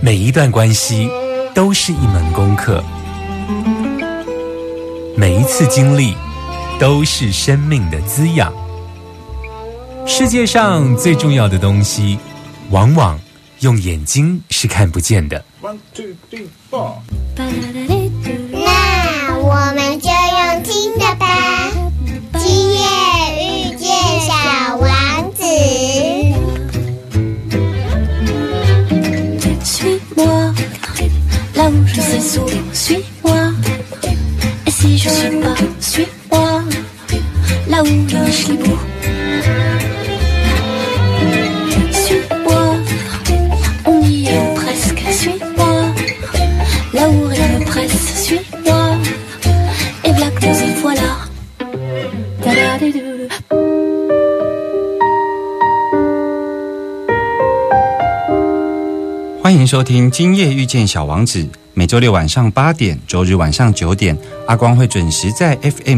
每一段关系都是一门功课，每一次经历都是生命的滋养。世界上最重要的东西，往往用眼睛是看不见的。 1, 2, 3, 4。 那我们就用听的吧。今夜遇见小王子。 Suis-moi, là où je sais sourire, suis-moi. Et si je suis pas, suis-moi, là où je lèche les bouts. Suis-moi, on y est presque, suis-moi, là où rien ne presse, suis-moi. Et voilà que nous y voilà. Da-da-da-da-da. 欢迎收听今夜遇见小王子，每周六晚上8点，周日晚上9点，阿光会准时在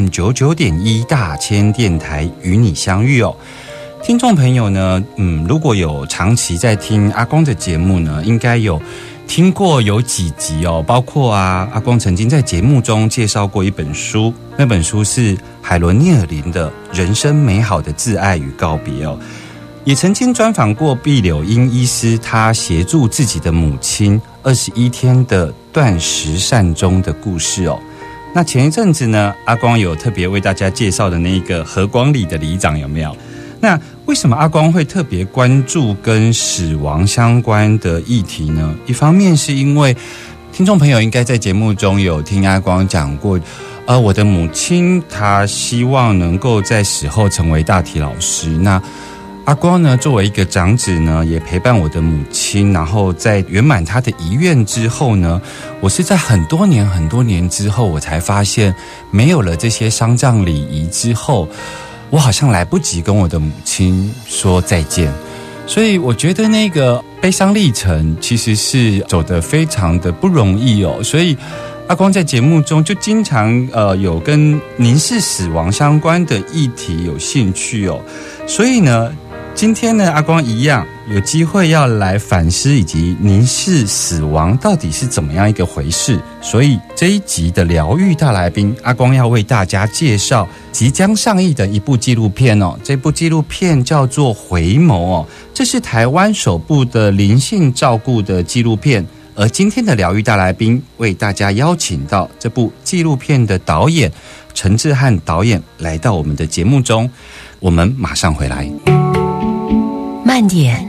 FM99.1 大千电台与你相遇哦。听众朋友呢，如果有长期在听阿光的节目呢，应该有听过有几集哦，包括阿光曾经在节目中介绍过一本书，那本书是海伦聂尔林的《人生美好的自爱与告别》哦。也曾经专访过毕柳英医师，他协助自己的母亲21天的断食善终的故事哦。那前一阵子呢，阿光有特别为大家介绍的那个和光里的里长有没有？那为什么阿光会特别关注跟死亡相关的议题呢？一方面是因为听众朋友应该在节目中有听阿光讲过，我的母亲她希望能够在死后成为大体老师，那阿光呢，作为一个长子呢，也陪伴我的母亲，然后在圆满她的遗愿之后呢，我是在很多年之后，我才发现没有了这些丧葬礼仪之后，我好像来不及跟我的母亲说再见，所以我觉得那个悲伤历程其实是走得非常的不容易哦，所以阿光在节目中就经常有跟凝视死亡相关的议题有兴趣哦，所以呢今天呢，阿光一样有机会要来反思以及凝视死亡到底是怎么样一个回事，所以这一集的疗愈大来宾，阿光要为大家介绍即将上映的一部纪录片哦。这部纪录片叫做《回眸》哦，这是台湾首部的灵性照顾的纪录片。而今天的疗愈大来宾为大家邀请到这部纪录片的导演陈志汉导演来到我们的节目中，我们马上回来。 慢点，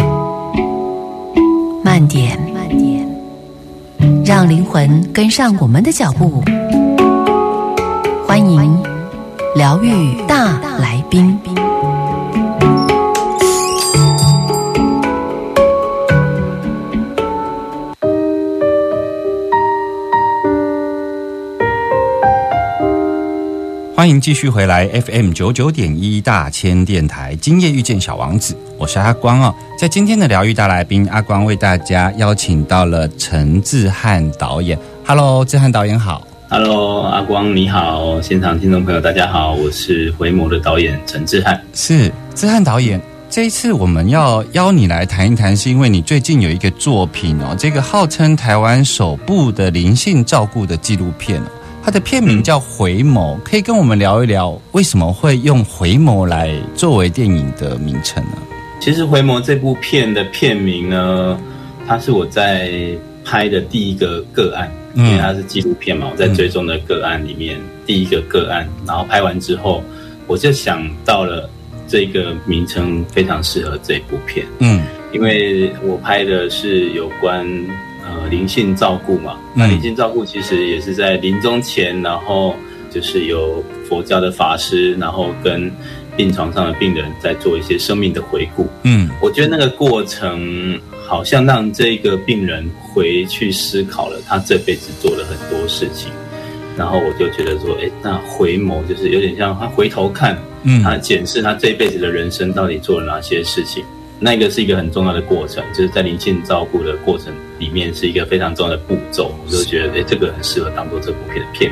慢点，让灵魂跟上我们的脚步。欢迎疗愈大来宾。 欢迎继续回来 FM99.1 大千电台，今夜遇见小王子，我是阿光哦。在今天的疗愈大来宾，阿光为大家邀请到了陈志汉导演。Hello， 志汉导演好。 Hello， 阿光你好，现场听众朋友大家好，我是回眸的导演陈志汉。 是志汉导演，这一次我们要邀你来谈一谈，是因为你最近有一个作品哦，这个号称台湾首部的灵性照顾的纪录片哦。它的片名叫《回眸》，可以跟我们聊一聊为什么会用《回眸》来作为电影的名称呢？ 其实《回眸》这部片的片名呢，它是我在拍的第一个个案，因为它是纪录片嘛，我在追踪的个案里面第一个个案，然后拍完之后，我就想到了这个名称非常适合这部片，因为我拍的是有关灵性照顾嘛，那灵性照顾其实也是在临终前，然后就是有佛教的法师，然后跟病床上的病人在做一些生命的回顾。我觉得那个过程好像让这个病人回去思考了他这辈子做了很多事情，然后我就觉得说，那回眸就是有点像他回头看，他检视他这一辈子的人生到底做了哪些事情。那个是一个很重要的过程，就是在灵性照顾的过程里面是一个非常重要的步骤，我就觉得这个很适合当做这部片的片名的。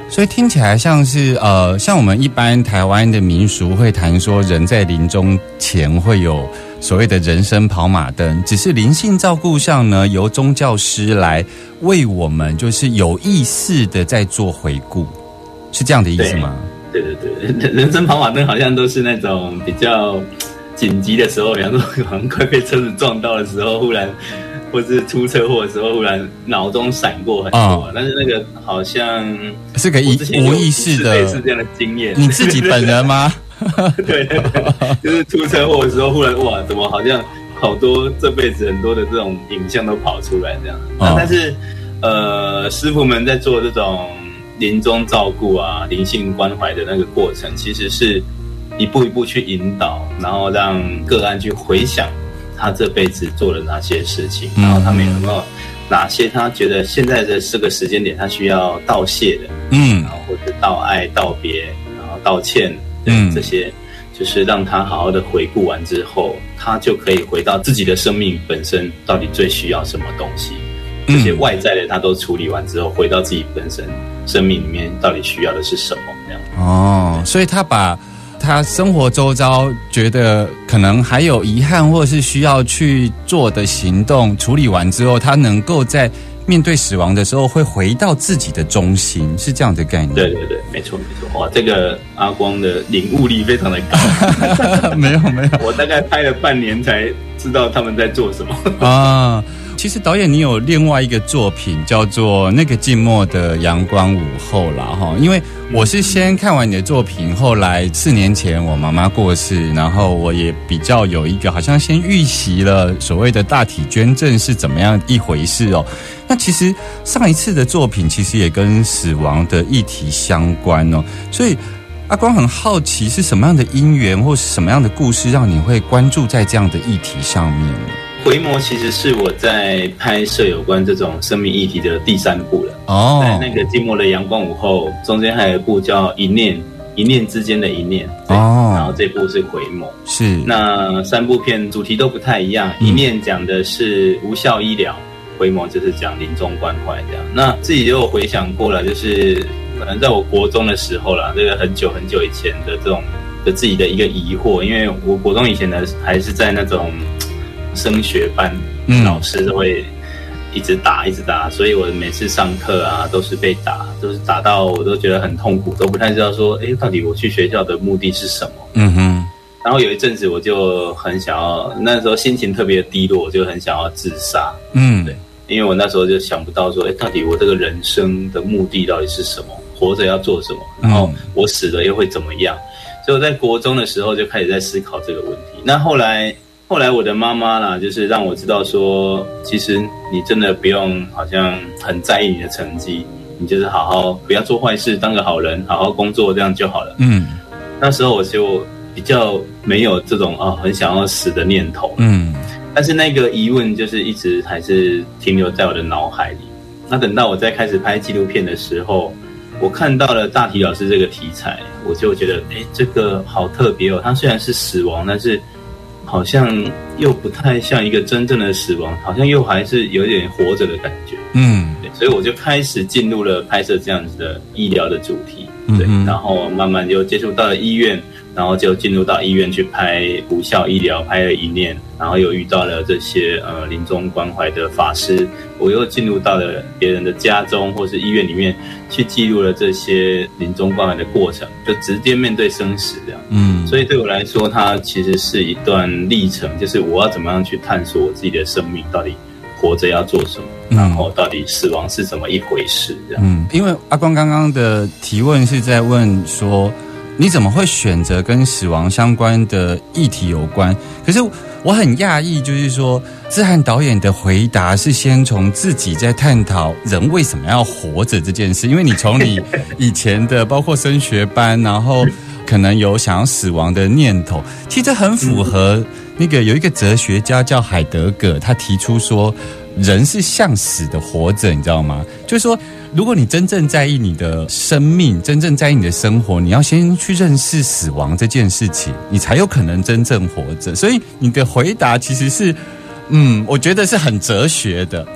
所以听起来像是像我们一般台湾的民俗会谈说，人在临终前会有所谓的人生跑马灯，只是灵性照顾上呢，由宗教师来为我们就是有意识的在做回顾，是这样的意思吗？ 对，人生跑马灯好像都是那种比较紧急的时候，比方说好像快被车子撞到的时候，忽然或是出车祸的时候，忽然脑中闪过很多，但是那个好像是个无意识的， 是这样的经验。 你自己本人吗？ 对，就是出车祸的时候，忽然哇，怎么好像好多这辈子很多的这种影像都跑出来这样。但是师父们在做这种临终照顾啊、灵性关怀的那个过程，其实是一步一步去引导，然后让个案去回想他这辈子做了哪些事情，然后他们有没有哪些他觉得现在的这个时间点他需要道谢的，然后或者道爱、道别，然后道歉，这些就是让他好好的回顾完之后，他就可以回到自己的生命本身到底最需要什么东西，这些外在的他都处理完之后，回到自己本身生命里面到底需要的是什么这样。 所以他把他生活周遭觉得可能还有遗憾或者是需要去做的行动处理完之后，他能够在面对死亡的时候会回到自己的中心，是这样的概念。 对，没错。哇，这个阿光的领悟力非常的高。 没有， 我大概拍了半年才知道他们在做什么啊。其实导演你有另外一个作品叫做那个静默的阳光午后啦齁，因为我是先看完你的作品，后来4年前我妈妈过世，然后我也比较有一个好像先预习了所谓的大体捐赠是怎么样一回事哦。那其实上一次的作品其实也跟死亡的议题相关哦，所以阿光很好奇是什么样的因缘或是什么样的故事让你会关注在这样的议题上面呢？ 回眸其实是我在拍摄有关这种生命议题的第3部了。在那个静默的阳光午后中间还有一部叫一念之间的一念，然后这部是回眸。是，那3部片主题都不太一样，一念讲的是无效医疗，回眸就是讲临终关怀这样。那自己就有回想过了，就是可能在我国中的时候啦，这个很久很久以前的这种的自己的一个疑惑，因为我国中以前呢还是在那种升学班，老师都会一直打，所以我每次上课啊都是被打，都是打到我都觉得很痛苦，都不太知道说，到底我去学校的目的是什么。然后有一阵子我就很想要，那时候心情特别低落，我就很想要自杀。对，因为我那时候就想不到说，到底我这个人生的目的到底是什么，活着要做什么，然后我死了又会怎么样。所以我在国中的时候就开始在思考这个问题。那后来我的妈妈啦，就是让我知道说，其实你真的不用好像很在意你的成绩，你就是好好不要做坏事，当个好人，好好工作，这样就好了。那时候我就比较没有这种很想要死的念头。但是那个疑问就是一直还是停留在我的脑海里。那等到我在开始拍纪录片的时候，我看到了大体老师这个题材，我就觉得这个好特别哦。它虽然是死亡，但是好像又不太像一个真正的死亡，好像又还是有点活着的感觉。对，所以我就开始进入了拍摄这样子的医疗的主题。对，然后慢慢就接触到了医院，然后就进入到医院去拍无效医疗，拍了一念，然后又遇到了这些临终关怀的法师，我又进入到了别人的家中或是医院里面去记录了这些临终关怀的过程，就直接面对生死这样。所以对我来说，它其实是一段历程，就是我要怎么样去探索我自己的生命到底活着要做什么，然后到底死亡是怎么一回事这样。 因为阿光刚刚的提问是在问说，你怎么会选择跟死亡相关的议题有关？可是我很讶异，就是说志翰导演的回答是先从自己在探讨人为什么要活着这件事，因为你从你以前的包括升学班，然后可能有想要死亡的念头，其实这很符合那个有一个哲学家叫海德格，他提出说人是向死的活着，你知道吗？就是说如果你真正在意你的生命，真正在意你的生活，你要先去认识死亡这件事情，你才有可能真正活着。所以你的回答其实是我觉得是很哲学的。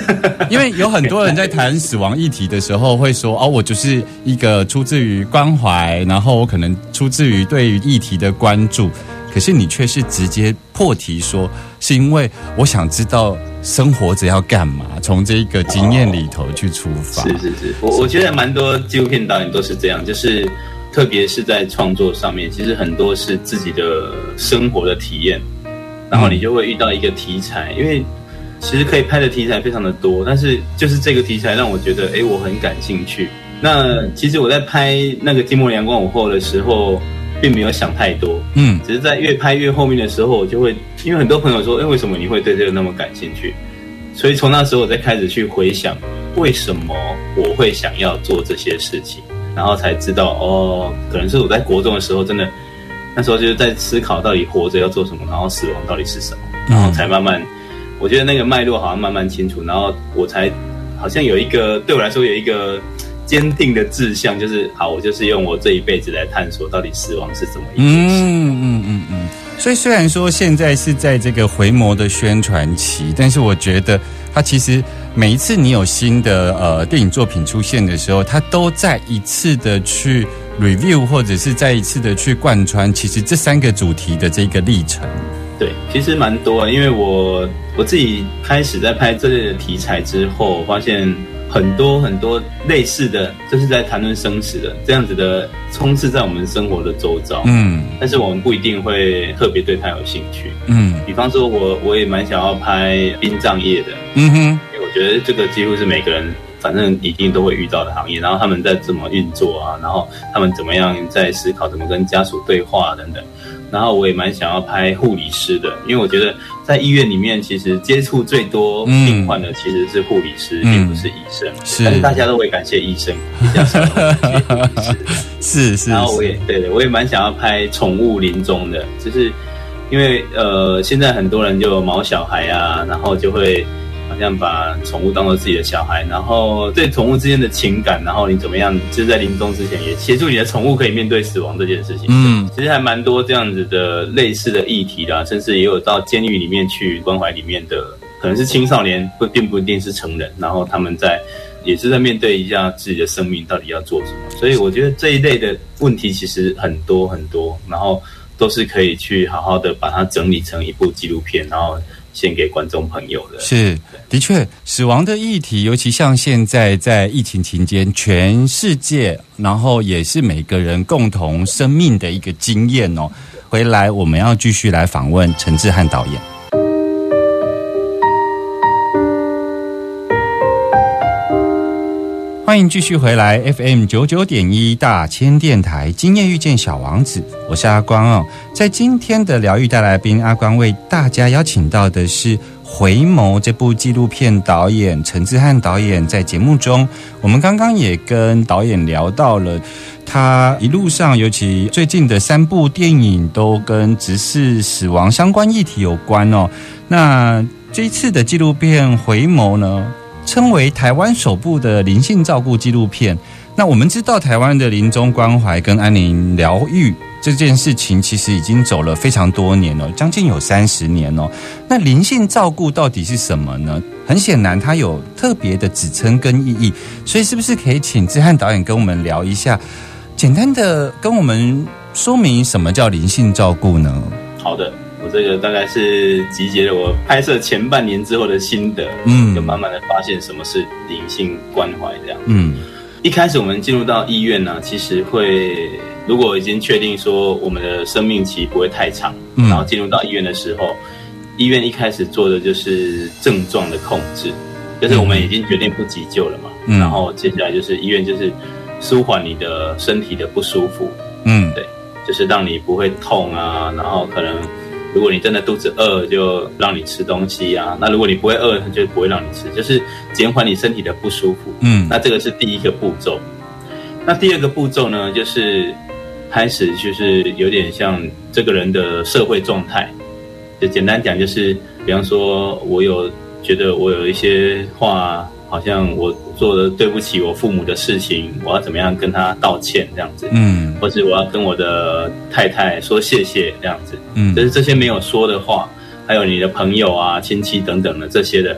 因为有很多人在谈死亡议题的时候会说，我就是一个出自于关怀，然后我可能出自于对于议题的关注，可是你却是直接破题说，是因为我想知道生活着要干嘛，从这个经验里头去出发。 是，我觉得蛮多纪录片导演都是这样，就是特别是在创作上面，其实很多是自己的生活的体验，然后你就会遇到一个题材，因为其实可以拍的题材非常的多，但是就是这个题材让我觉得我很感兴趣。那其实我在拍那个《寂寞阳光午后》的时候并没有想太多，只是在越拍越后面的时候，我就会因为很多朋友说为什么你会对这个那么感兴趣，所以从那时候我再开始去回想为什么我会想要做这些事情，然后才知道可能是我在国中的时候真的那时候就是在思考到底活着要做什么，然后死亡到底是什么，然后才慢慢我觉得那个脉络好像慢慢清楚，然后我才好像有一个对我来说有一个坚定的志向，就是好，我就是用我这一辈子来探索到底死亡是怎么一回事。 所以虽然说现在是在这个回眸的宣传期，但是我觉得它其实每一次你有新的电影作品出现的时候，它都再一次的去 review 或者是再一次的去贯穿其实这3个主题的这个历程。 对，其实蛮多的，因为我自己开始在拍这类的题材之后，发现很多类似的，就是在谈论生死的这样子的充斥在我们生活的周遭。但是我们不一定会特别对它有兴趣。比方说我也蛮想要拍殡葬业的。因为我觉得这个几乎是每个人反正一定都会遇到的行业，然后他们在怎么运作啊，然后他们怎么样在思考怎么跟家属对话等等。然后我也蛮想要拍护理师的，因为我觉得在医院里面其实接触最多病患的其实是护理师，并不是医生。但是大家都会感谢医生，比较少感谢护理师。是。然后我也蛮想要拍宠物临终的，就是因为现在很多人就有毛小孩啊，然后就会好像把宠物当作自己的小孩，然后对宠物之间的情感，然后你怎么样就是在临终之前也协助你的宠物可以面对死亡这件事情。其实还蛮多这样子的类似的议题啦，甚至也有到监狱里面去关怀里面的可能是青少年，并不一定是成人，然后他们也是在面对一下自己的生命到底要做什么。所以我觉得这一类的问题其实很多，然后都是可以去好好的把它整理成一部纪录片，然后献给观众朋友的。是， 的确，死亡的议题，尤其像现在在疫情期间，全世界，然后也是每个人共同生命的一个经验哦。回来我们要继续来访问陈智汉导演。欢迎继续回来 FM99.1 大千电台，今夜遇见小王子，我是阿光哦。在今天的疗愈大来宾，阿光为大家邀请到的是回眸这部纪录片导演陈智汉导演。在节目中，我们刚刚也跟导演聊到了他一路上，尤其最近的3部电影都跟直视死亡相关议题有关哦。那这一次的纪录片回眸呢，称为台湾首部的灵性照顾纪录片。那我们知道台湾的临终关怀跟安宁疗愈这件事情其实已经走了非常多年了，将近有30年哦。那灵性照顾到底是什么呢？很显然它有特别的指称跟意义，所以是不是可以请智汉导演跟我们聊一下，简单的跟我们说明什么叫灵性照顾呢？ 好的，我这个大概是集结了我拍摄前半年之后的心得，就慢慢的发现什么是灵性关怀这样。一开始我们进入到医院呢，其实会如果已经确定说我们的生命期不会太长，然后进入到医院的时候，医院一开始做的就是症状的控制，就是我们已经决定不急救了嘛，然后接下来就是医院就是舒缓你的身体的不舒服，对，就是让你不会痛啊，然后可能如果你真的肚子饿，就让你吃东西啊。那如果你不会饿，就不会让你吃，就是减缓你身体的不舒服。那这个是第一个步骤。那第二个步骤呢，就是开始就是有点像这个人的社会状态。就简单讲，就是比方说，我觉得我有一些话，好像我做的对不起我父母的事情，我要怎么样跟他道歉这样子，或是我要跟我的太太说谢谢这样子，就是这些没有说的话，还有你的朋友啊、亲戚等等的这些的，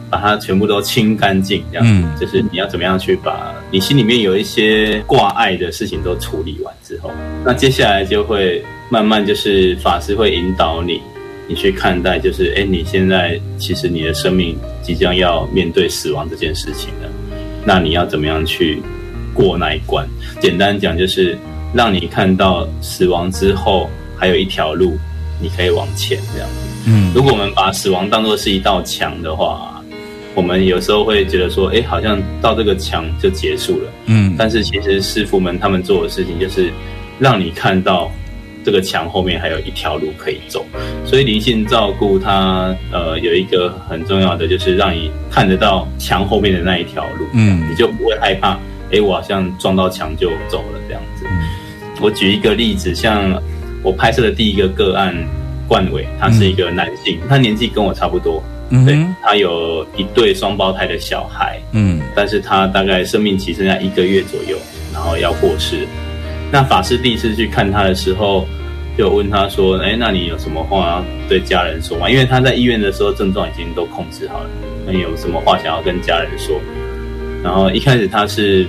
把它全部都清干净，这样就是你要怎么样去把你心里面有一些挂碍的事情都处理完之后，那接下来就会慢慢就是法师会引导你去看待，就是你现在其实你的生命即将要面对死亡这件事情了，那你要怎么样去过那一关？简单讲就是让你看到死亡之后还有一条路你可以往前这样子。如果我们把死亡当作是一道墙的话，我们有时候会觉得说好像到这个墙就结束了，但是其实师父们他们做的事情就是让你看到这个墙后面还有一条路可以走。所以灵性照顾它有一个很重要的就是让你看得到墙后面的那一条路，你就不会害怕我好像撞到墙就走了这样子。我举一个例子，像我拍摄的第一个个案冠伟，他是一个男性，他年纪跟我差不多，对，他有一对双胞胎的小孩，但是他大概生命期剩下1个月左右，然后要过世。那法师第一次去看他的时候，就问他说：“那你有什么话要对家人说吗？”因为他在医院的时候症状已经都控制好了，那你有什么话想要跟家人说？然后一开始他是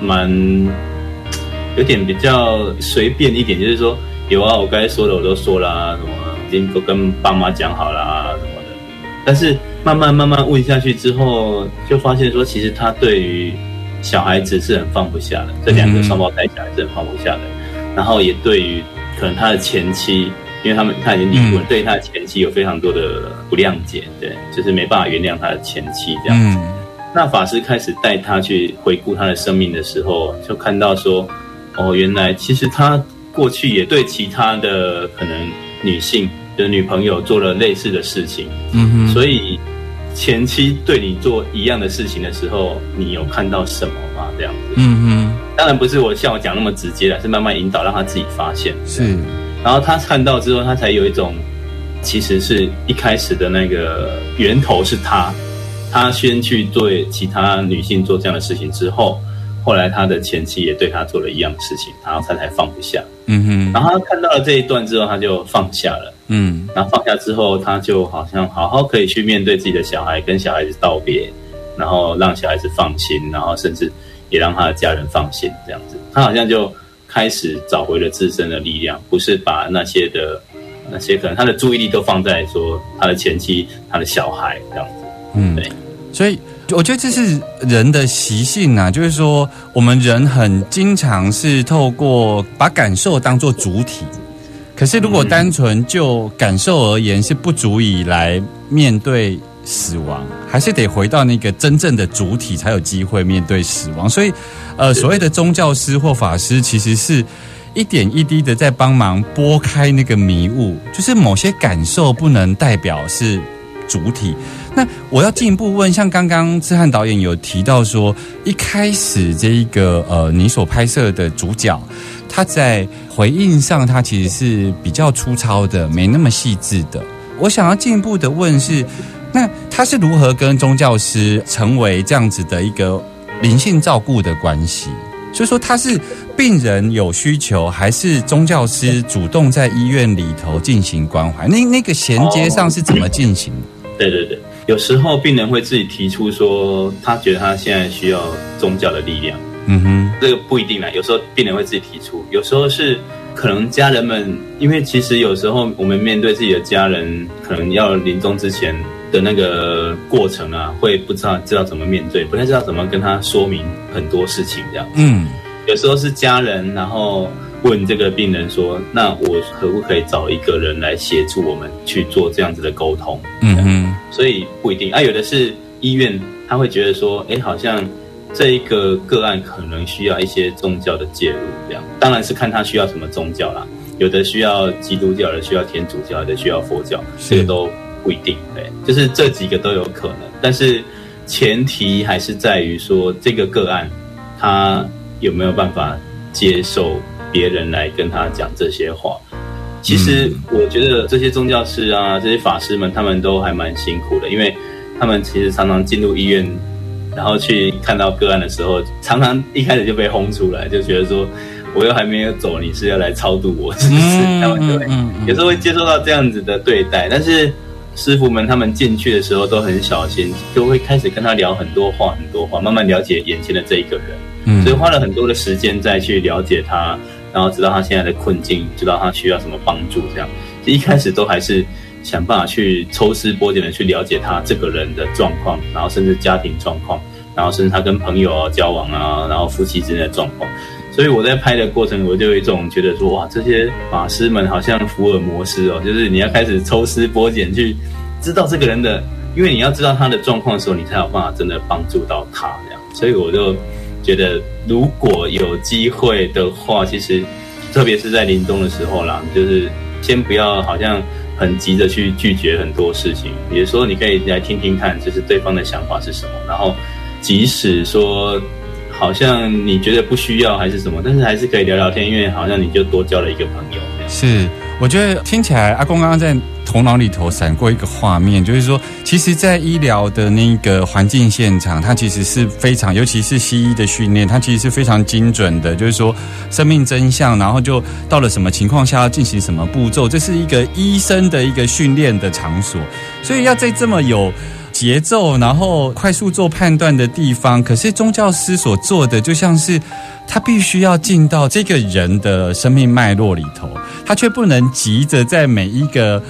有点比较随便一点，就是说有啊，我该说的我都说啦，什么已经都跟爸妈讲好啦什么的。但是慢慢问下去之后，就发现说，其实他对于小孩子是很放不下的，这2个双胞胎小孩是很放不下的。然后也对于可能他的前妻，因为他已经离婚，对他的前妻有非常多的不谅解，对，就是没办法原谅他的前妻这样子。那法师开始带他去回顾他的生命的时候，就看到说，原来其实他过去也对其他的可能女性的女朋友做了类似的事情，所以前妻对你做一样的事情的时候，你有看到什么吗？这样子，当然不是像我讲那么直接啦，是慢慢引导让他自己发现。是，然后他看到之后，他才有一种，其实是一开始的那个源头是他先去对其他女性做这样的事情之后，后来他的前妻也对他做了一样的事情，然后他才放不下。然后他看到了这一段之后，他就放下了。然后放下之后，他就好像好好可以去面对自己的小孩，跟小孩子道别，然后让小孩子放心，然后甚至也让他的家人放心，这样子，他好像就开始找回了自身的力量，不是把那些可能他的注意力都放在说他的前妻、他的小孩这样子。对， 所以我觉得这是人的习性啊，就是说我们人很经常是透过把感受当作主体。可是如果单纯就感受而言，是不足以来面对死亡，还是得回到那个真正的主体才有机会面对死亡。所以所谓的宗教师或法师其实是一点一滴的在帮忙拨开那个迷雾，就是某些感受不能代表是主体。那我要进一步问，像刚刚志翰导演有提到说，一开始这一个你所拍摄的主角，他在回应上他其实是比较粗糙的，没那么细致的。我想要进一步的问是，那他是如何跟宗教师成为这样子的一个灵性照顾的关系？所以说他是病人有需求，还是宗教师主动在医院里头进行关怀？那个衔接上是怎么进行的？ 对，有时候病人会自己提出说，他觉得他现在需要宗教的力量。这个不一定啦，有时候病人会自己提出，有时候是可能家人们，因为其实有时候我们面对自己的家人，可能要临终之前的那个过程啊，会不知道怎么面对，不太知道怎么跟他说明很多事情这样子。有时候是家人，然后问这个病人说，那我可不可以找一个人来协助我们去做这样子的沟通？所以不一定啊，有的是医院他会觉得说，好像这一个个案可能需要一些宗教的介入，这样当然是看他需要什么宗教啦，有的需要基督教的，需要天主教的，需要佛教，这个都不一定。对，就是这几个都有可能，但是前提还是在于说这个个案他有没有办法接受别人来跟他讲这些话。其实我觉得这些宗教师啊，这些法师们，他们都还蛮辛苦的，因为他们其实常常进入医院，然后去看到个案的时候，常常一开始就被轰出来，就觉得说我又还没有走，你是要来超度我是不是？他们就会有时候会接受到这样子的对待。但是师傅们他们进去的时候都很小心，就会开始跟他聊很多话，慢慢了解眼前的这一个人。所以花了很多的时间再去了解他，然后知道他现在的困境，知道他需要什么帮助，这样。一开始都还是想办法去抽丝剥茧的去了解他这个人的状况，然后甚至家庭状况，然后甚至他跟朋友交往啊，然后夫妻之间的状况。所以我在拍的过程，我就有一种觉得说，哇，这些法师们好像福尔摩斯哦，就是你要开始抽丝剥茧去知道这个人的，因为你要知道他的状况的时候，你才有办法真的帮助到他这样。所以我就觉得，如果有机会的话，其实特别是在临终的时候啦，就是先不要好像很急着去拒绝很多事情，有时候你可以来听听看，就是对方的想法是什么，然后即使说好像你觉得不需要还是什么，但是还是可以聊聊天，因为好像你就多交了一个朋友。 是，我觉得听起来阿公刚刚在头脑里头闪过一个画面，就是说其实在医疗的那个环境现场，它其实是非常，尤其是西医的训练，它其实是非常精准的，就是说生命真相，然后就到了什么情况下要进行什么步骤，这是一个医生的一个训练的场所，所以要在这么有节奏然后快速做判断的地方，可是宗教师所做的就像是他必须要进到这个人的生命脉络里头，他却不能急着在每一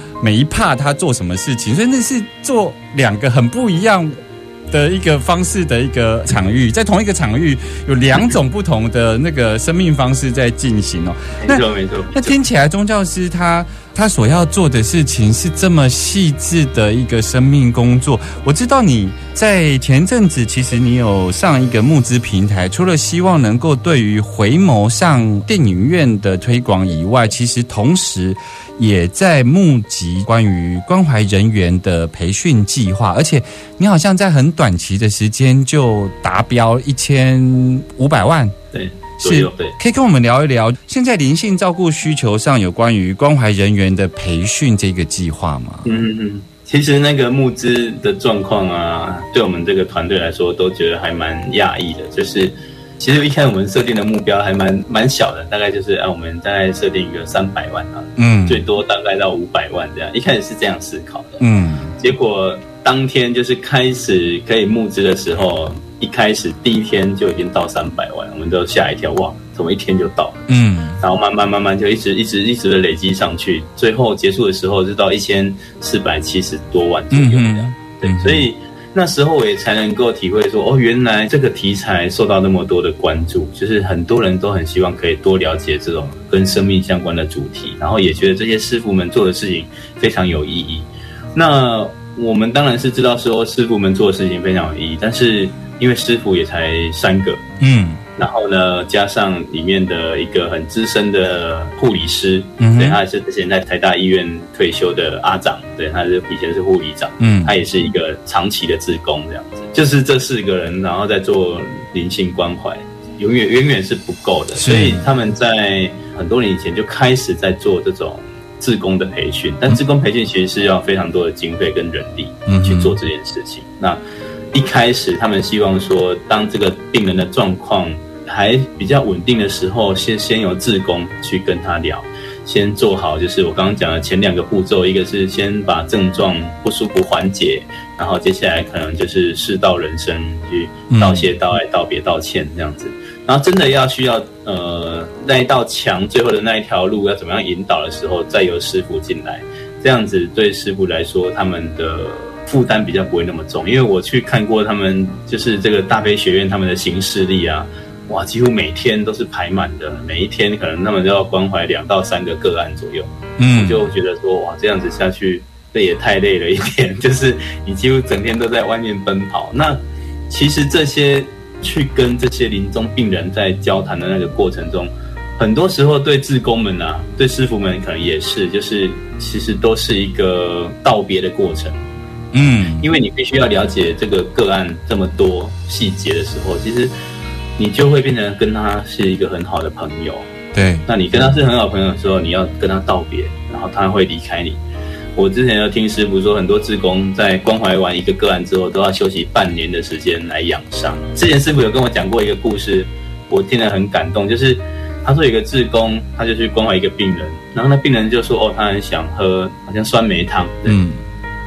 part他做什么事情，所以那是做两个很不一样的一个方式的一个场域，在同一个场域有两种不同的那个生命方式在进行哦。 没错。 那听起来宗教师他所要做的事情是这么细致的一个生命工作。我知道你在前阵子其实你有上一个募资平台，除了希望能够对于回眸上电影院的推广以外，其实同时也在募集关于关怀人员的培训计划，而且你好像在很短期的时间就达标1500万。 对。 是，可以跟我们聊一聊现在灵性照顾需求上有关于关怀人员的培训这个计划吗？ 其实那个募资的状况啊，对我们这个团队来说都觉得还蛮讶异的，就是其实一开始我们设定的目标还蛮小的，大概就是我们大概设定一个300万啊，最多大概到500万这样，一开始是这样思考的，结果当天就是开始可以募资的时候，一开始第一天就已经到300万，我们都吓一跳，哇，怎么一天就到了？然后慢慢就一直的累积上去，最后结束的时候就到1470多万左右这样。对，所以那时候我也才能够体会说，原来这个题材受到那么多的关注，就是很多人都很希望可以多了解这种跟生命相关的主题，然后也觉得这些师父们做的事情非常有意义。那我们当然是知道说师父们做的事情非常有意义，但是因为师父也才3个，然后呢，加上里面的一个很资深的护理师，对，他也是之前在台大医院退休的阿长，对，他是以前是护理长，他也是一个长期的志工这样子，就是这4个人，然后在做灵性关怀，远远是不够的，所以他们在很多年以前就开始在做这种志工的培训，但志工培训其实是要非常多的经费跟人力去做这件事情。那一开始他们希望说，当这个病人的状况还比较稳定的时候，先由志工去跟他聊，先做好就是我刚刚讲的前2个步骤，一个是先把症状不舒服缓解，然后接下来可能就是世道人生，去道谢道爱道别道歉这样子，然后真的需要那一道墙最后的那一条路要怎么样引导的时候，再由师父进来，这样子对师父来说他们的负担比较不会那么重。因为我去看过他们就是这个大悲学院他们的行事历啊，哇，几乎每天都是排满的，每一天可能他们都要关怀2到3个个案左右，我就觉得说，哇，这样子下去这也太累了一点，就是你几乎整天都在外面奔跑。那其实这些去跟这些临终病人在交谈的那个过程中，很多时候对志工们啊，对师父们可能也是，就是其实都是一个道别的过程。因为你必须要了解这个个案这么多细节的时候，其实你就会变成跟他是一个很好的朋友。 对， 那你跟他是很好的朋友的时候，你要跟他道别，然后他会离开你。我之前有听师父说，很多志工在关怀完一个个案之后，都要休息半年的时间来养伤。之前师父有跟我讲过一个故事，我听得很感动，就是他说有一个志工，他就去关怀一个病人，然后那病人就说，他很想喝好像酸梅汤，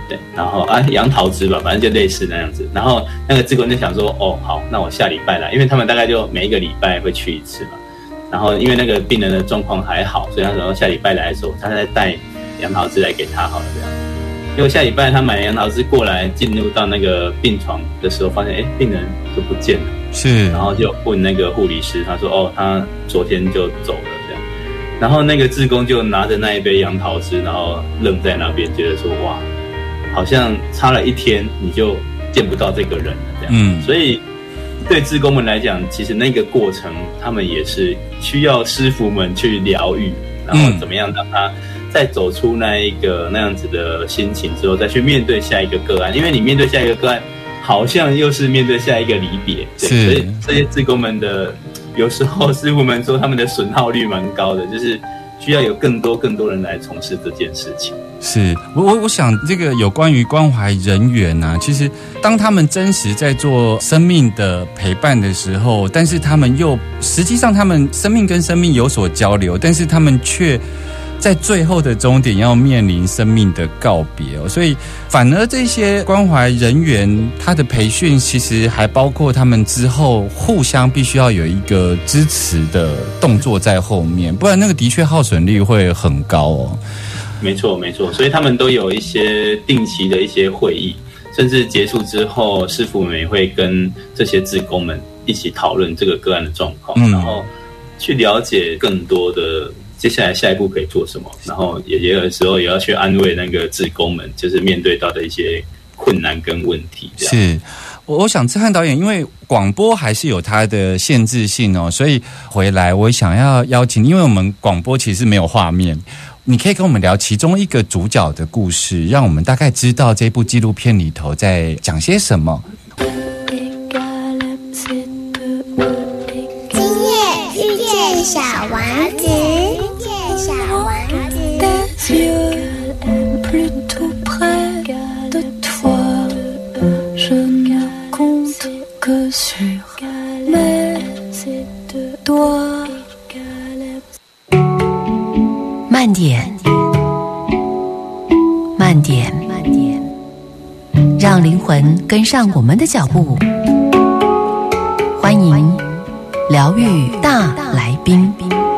对，然后杨桃汁吧，反正就类似那样子。然后那个志工就想说，哦，好，那我下礼拜来，因为他们大概就每一个礼拜会去一次嘛。然后因为那个病人的状况还好，所以他说下礼拜来的时候，他再带杨桃汁来给他好了这样。结果下礼拜他买杨桃汁过来，进入到那个病床的时候，发现病人就不见了。 是， 然后就问那个护理师，他说，哦，他昨天就走了这样。然后那个志工就拿着那一杯杨桃汁，然后愣在那边，觉得说，哇，好像差了一天你就见不到这个人了这样。所以对志工们来讲，其实那个过程他们也是需要师傅们去疗愈，然后怎么样让他再走出那样子的心情之后，再去面对下一个个案。因为你面对下一个个案，好像又是面对下一个离别，所以这些志工们的有时候师傅们说他们的损耗率蛮高的，就是需要有更多人来从事这件事情。 是我想这个有关于关怀人员啊，其实当他们真实在做生命的陪伴的时候，但是他们又实际上他们生命跟生命有所交流，但是他们却在最后的终点要面临生命的告别哦，所以反而这些关怀人员他的培训其实还包括他们之后互相必须要有一个支持的动作在后面，不然那个的确耗损率会很高哦。 没错，所以他们都有一些定期的一些会议，甚至结束之后，师傅们也会跟这些志工们一起讨论这个个案的状况，然后去了解更多的接下来下一步可以做什么，然后也有的时候也要去安慰那个志工们，就是面对到的一些困难跟问题。 是，我想志翰导演，因为广播还是有它的限制性哦，所以回来我想要邀请，因为我们广播其实没有画面。你可以跟我们聊其中一个主角的故事，让我们大概知道这部纪录片里头在讲些什么。 今夜遇见小王子， 慢点，慢点，让灵魂跟上我们的脚步。欢迎疗愈大来宾。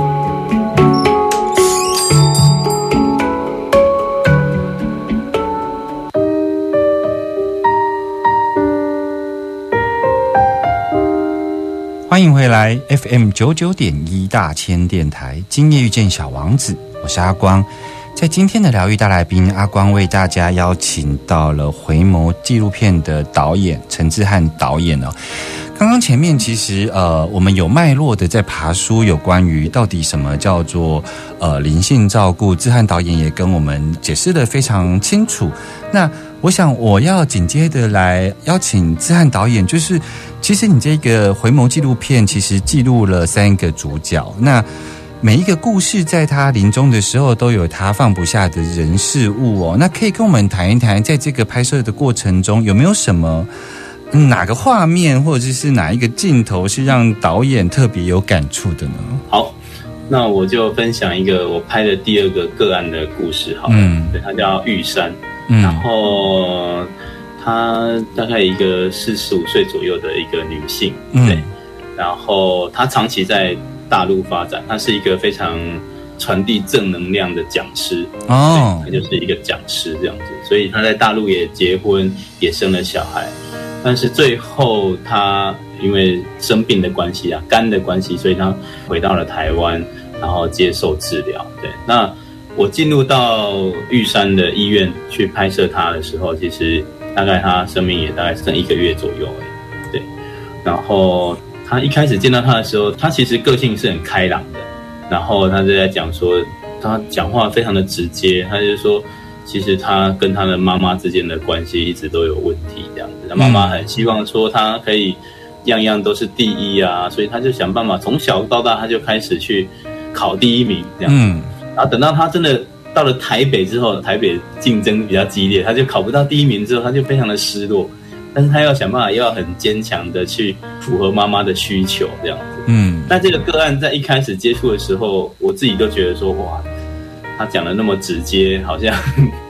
欢迎回来 FM 99.1大千电台，今夜遇见小王子，我是阿光。在今天的疗愈大来宾，阿光为大家邀请到了回眸纪录片的导演陈志翰导演哦。刚刚前面其实我们有脉络的在爬书，有关于到底什么叫做灵性照顾，志翰导演也跟我们解释得非常清楚。那我想我要紧接着来邀请志翰导演，就是其实你这个回眸纪录片其实记录了3个主角，那每一个故事在他临终的时候都有他放不下的人事物哦。那可以跟我们谈一谈，在这个拍摄的过程中有没有什么哪个画面或者是哪一个镜头是让导演特别有感触的呢？ 好，那我就分享一个我拍的第2个个案的故事好了。对，它叫玉山。然后她大概一个45岁左右的一个女性，对，然后她长期在大陆发展，她是一个非常传递正能量的讲师哦，她就是一个讲师这样子，所以她在大陆也结婚，也生了小孩，但是最后她因为生病的关系啊，肝的关系，所以她回到了台湾，然后接受治疗。对，那我进入到玉山的医院去拍摄他的时候，其实大概他生命也大概剩1个月左右而已。对，然后他一开始见到他的时候，他其实个性是很开朗的，然后他就在讲说，他讲话非常的直接，他就说，其实他跟他的妈妈之间的关系一直都有问题这样子，妈妈很希望说他可以样样都是第一啊，所以他就想办法从小到大他就开始去考第1名这样子。然后等到他真的到了台北之后，台北竞争比较激烈，他就考不到第1名之后，他就非常的失落。但是他要想办法，要很坚强的去符合妈妈的需求，这样子。那这个个案在一开始接触的时候，我自己都觉得说，哇，他讲的那么直接，好像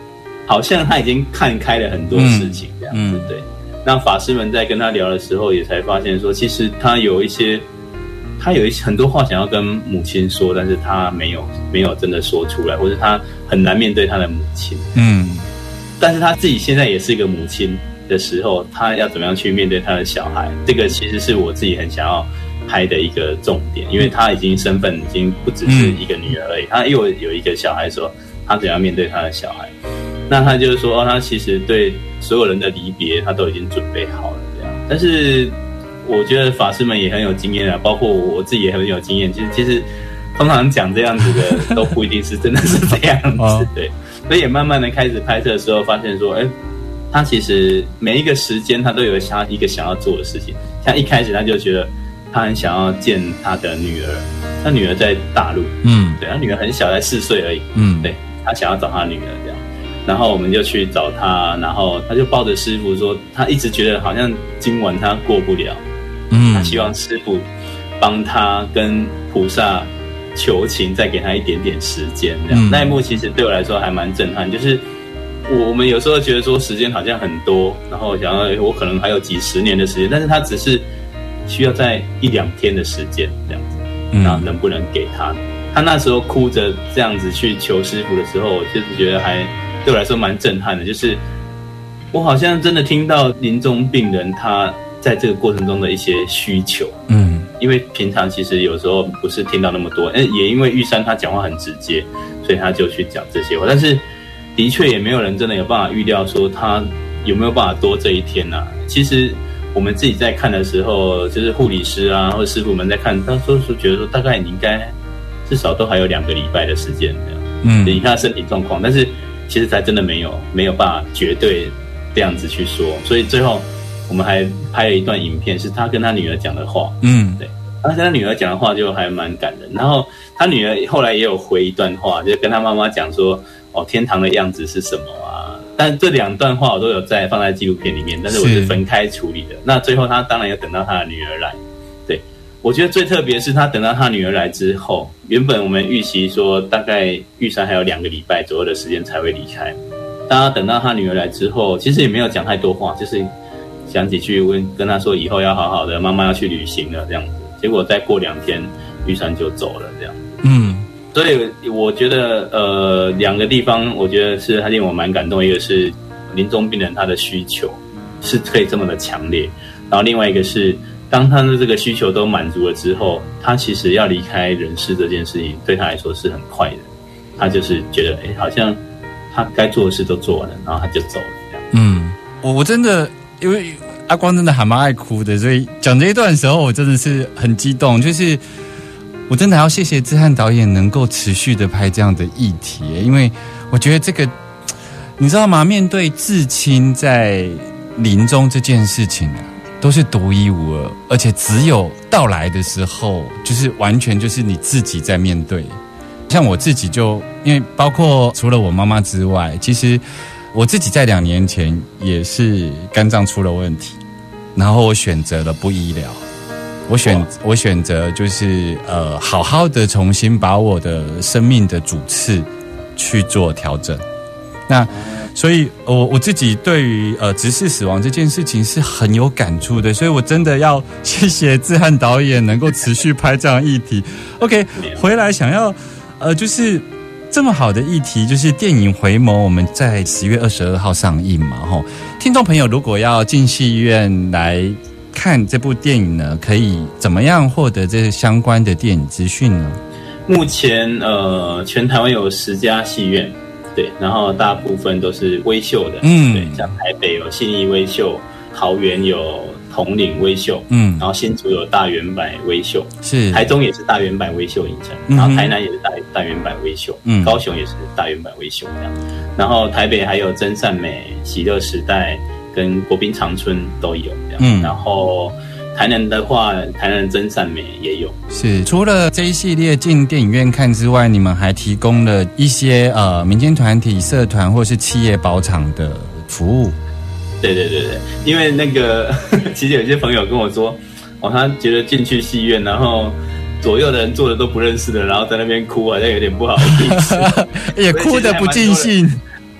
好像他已经看开了很多事情这样子，对。那法师们在跟他聊的时候，也才发现说，其实他有一些很多话想要跟母亲说，但是他没有真的说出来，或者他很难面对他的母亲。但是他自己现在也是一个母亲的时候，他要怎么样去面对他的小孩？这个其实是我自己很想要拍的一个重点，因为他已经身份已经不只是一个女儿而已，他又有一个小孩的时候，他怎样面对他的小孩？那他就是说，他其实对所有人的离别，他都已经准备好了这样。但是我觉得法师们也很有经验啊，包括我自己也很有经验。其实通常讲这样子的都不一定是真的是这样子，对。所以也慢慢的开始拍摄的时候，发现说，他其实每一个时间他都有他一个想要做的事情。像一开始他就觉得他很想要见他的女儿，他女儿在大陆，对，他女儿很小，才4岁而已，对，他想要找他女儿这样。然后我们就去找他，然后他就抱着师父说，他一直觉得好像今晚他过不了，他希望师父帮他跟菩萨求情，再给他一点点时间这样。那一幕其实对我来说还蛮震撼，就是我们有时候觉得说时间好像很多，然后想要我可能还有几十年的时间，但是他只是需要在1-2天的时间这样子，那能不能给他？他那时候哭着这样子去求师父的时候，我就是觉得还对我来说蛮震撼的，就是我好像真的听到临终病人他在这个过程中的一些需求，因为平常其实有时候不是听到那么多，也因为玉山他讲话很直接，所以他就去讲这些话，但是的确也没有人真的有办法预料说他有没有办法多这一天啊。其实我们自己在看的时候，就是护理师啊或者师傅们在看，当时觉得说大概你应该至少都还有2个礼拜的时间这样，你看他身体状况，但是其实才真的没有办法绝对这样子去说，所以最后我们还拍了一段影片，是他跟他女儿讲的话，对，他跟他女儿讲的话就还蛮感人。然后他女儿后来也有回一段话，就跟他妈妈讲说，天堂的样子是什么啊？但这2段话我都有放在纪录片里面，但是我是分开处理的。那最后他当然要等到他的女儿来，对，我觉得最特别是他等到他女儿来之后，原本我们预期说大概玉山还有2个礼拜左右的时间才会离开，当他等到他女儿来之后，其实也没有讲太多话，就是想起去跟他说以后要好好的，妈妈要去旅行了这样子。结果再过2天，玉山就走了这样。所以我觉得2个地方，我觉得是他令我蛮感动，一个是临终病人他的需求是可以这么的强烈，然后另外一个是当他的这个需求都满足了之后，他其实要离开人世这件事情对他来说是很快的，他就是觉得好像他该做的事都做完了，然后他就走了这样。 我真的因为阿光真的还蛮爱哭的，所以讲这一段的时候我真的是很激动，就是我真的要谢谢志翰导演能够持续的拍这样的议题，因为我觉得这个你知道吗，面对至亲在临终这件事情都是独一无二，而且只有到来的时候就是完全就是你自己在面对。像我自己就因为包括除了我妈妈之外，其实我自己在2年前也是肝脏出了问题，然后我选择了不医疗，我选择就是好好的重新把我的生命的主次去做调整。那所以我自己对于直视死亡这件事情是很有感触的，所以我真的要谢谢志翰导演能够持续拍这样议题。OK， 回来想要就是这么好的议题，就是电影《回眸》，我们在10月22号上映嘛，听众朋友如果要进戏院来看这部电影呢，可以怎么样获得这相关的电影资讯呢？ 目前全台湾有10家戏院，对，然后大部分都是微秀的，对，像台北有信义微秀，桃园有统领微秀，然后新竹有大圆柏微秀，是台中也是大圆柏微秀影城，然后台南也是大圆柏微秀，高雄也是大圆柏微秀这样，然后台北还有真善美、喜乐时代跟国宾长春都有这样，然后台南的话，台南真善美也有。 是除了这一系列进电影院看之外，你们还提供了一些民间团体、社团或是企业包场的服务。 对，因为那个其实有些朋友跟我说，他觉得进去戏院，然后左右的人坐的都不认识的，然后在那边哭，好像有点不好意思， 也哭得不尽兴。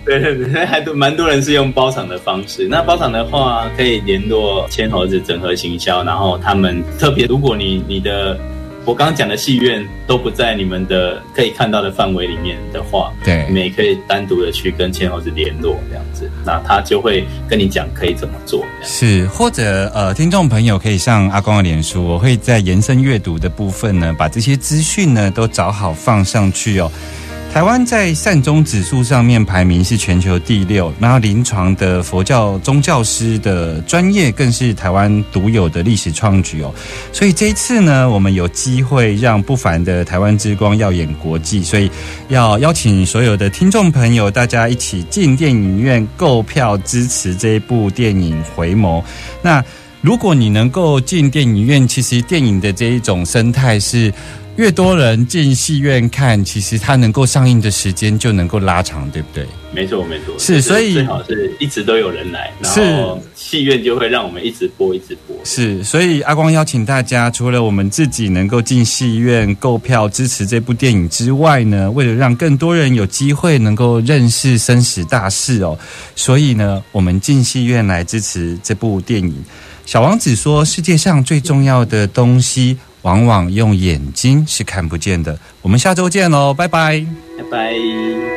对对对，还蛮多人是用包场的方式。那包场的话，可以联络千猴子整合行销，然后他们特别，如果你的我刚刚讲的戏院都不在你们的可以看到的范围里面的话， 对， 你们也可以单独的去跟千猴子联络这样子，那他就会跟你讲可以怎么做。 是，或者听众朋友可以上阿光的脸书，我会在延伸阅读的部分呢，把这些资讯呢都找好放上去哦。台湾在善终指数上面排名是全球第6，然后临床的佛教宗教师的专业更是台湾独有的历史创举哦。所以这一次呢，我们有机会让不凡的台湾之光耀眼国际，所以要邀请所有的听众朋友，大家一起进电影院购票支持这一部电影《回眸》。那如果你能够进电影院，其实电影的这一种生态是越多人进戏院看，其实它能够上映的时间就能够拉长，对不对？ 没错没错， 是，所以最好是一直都有人来，然后戏院就会让我们一直播一直播。 是，所以阿光邀请大家，除了我们自己能够进戏院购票支持这部电影之外呢，为了让更多人有机会能够认识生死大事哦，所以呢，我们进戏院来支持这部电影。小王子说，世界上最重要的东西往往用眼睛是看不见的。我们下周见喽，拜拜， 拜拜。